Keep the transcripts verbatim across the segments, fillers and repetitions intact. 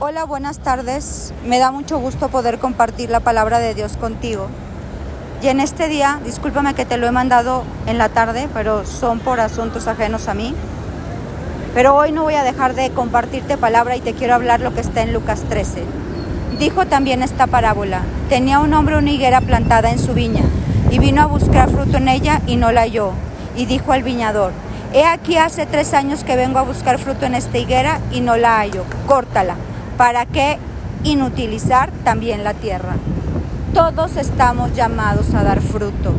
Hola, buenas tardes. Me da mucho gusto poder compartir la palabra de Dios contigo. Y en este día, discúlpame que te lo he mandado en la tarde, pero son por asuntos ajenos a mí. Pero hoy no voy a dejar de compartirte palabra y te quiero hablar lo que está en Lucas trece. Dijo también esta parábola: tenía un hombre una higuera plantada en su viña, y vino a buscar fruto en ella y no la halló. Y dijo al viñador: he aquí hace tres años que vengo a buscar fruto en esta higuera y no la hallo. Córtala. ¿Para qué inutilizar también la tierra? Todos estamos llamados a dar fruto.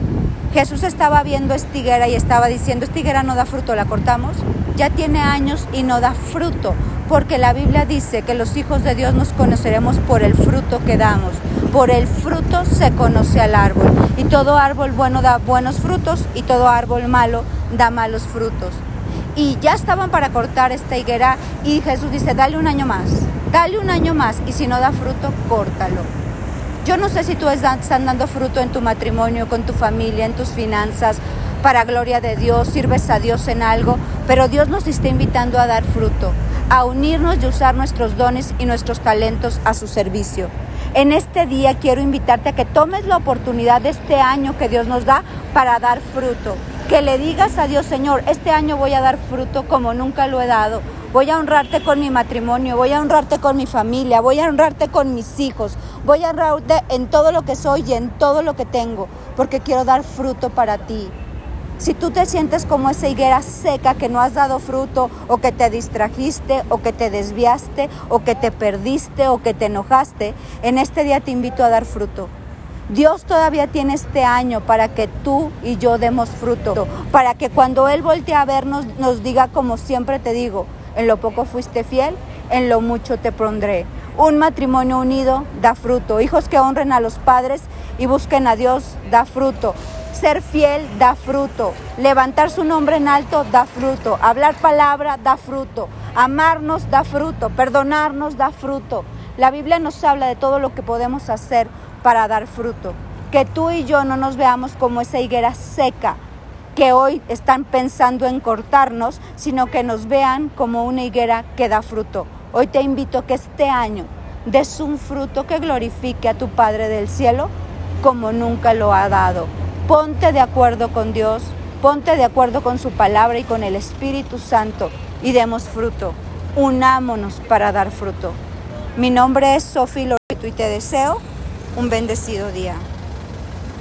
Jesús estaba viendo esta higuera y estaba diciendo: esta higuera no da fruto, ¿la cortamos? Ya tiene años y no da fruto, porque la Biblia dice que los hijos de Dios nos conoceremos por el fruto que damos. Por el fruto se conoce al árbol, y todo árbol bueno da buenos frutos, y todo árbol malo da malos frutos. Y ya estaban para cortar esta higuera, y Jesús dice: dale un año más, dale un año más, y si no da fruto, córtalo. Yo no sé si tú estás dando fruto en tu matrimonio, con tu familia, en tus finanzas, para gloria de Dios, sirves a Dios en algo, pero Dios nos está invitando a dar fruto, a unirnos y usar nuestros dones y nuestros talentos a su servicio. En este día quiero invitarte a que tomes la oportunidad de este año que Dios nos da para dar fruto. Que le digas a Dios: Señor, este año voy a dar fruto como nunca lo he dado. Voy a honrarte con mi matrimonio, voy a honrarte con mi familia, voy a honrarte con mis hijos, voy a honrarte en todo lo que soy y en todo lo que tengo, porque quiero dar fruto para ti. Si tú te sientes como esa higuera seca que no has dado fruto, o que te distrajiste, o que te desviaste, o que te perdiste, o que te enojaste, en este día te invito a dar fruto. Dios todavía tiene este año para que tú y yo demos fruto, para que cuando Él voltee a vernos nos diga, como siempre te digo: en lo poco fuiste fiel, en lo mucho te pondré. Un matrimonio unido da fruto. Hijos que honren a los padres y busquen a Dios da fruto. Ser fiel da fruto. Levantar su nombre en alto da fruto. Hablar palabra da fruto. Amarnos da fruto. Perdonarnos da fruto. La Biblia nos habla de todo lo que podemos hacer para dar fruto. Que tú y yo no nos veamos como esa higuera seca que hoy están pensando en cortarnos, sino que nos vean como una higuera que da fruto. Hoy te invito a que este año des un fruto que glorifique a tu Padre del cielo como nunca lo ha dado. Ponte de acuerdo con Dios, ponte de acuerdo con su palabra y con el Espíritu Santo, y demos fruto. Unámonos para dar fruto. Mi nombre es Sofía Loreto y te deseo un bendecido día.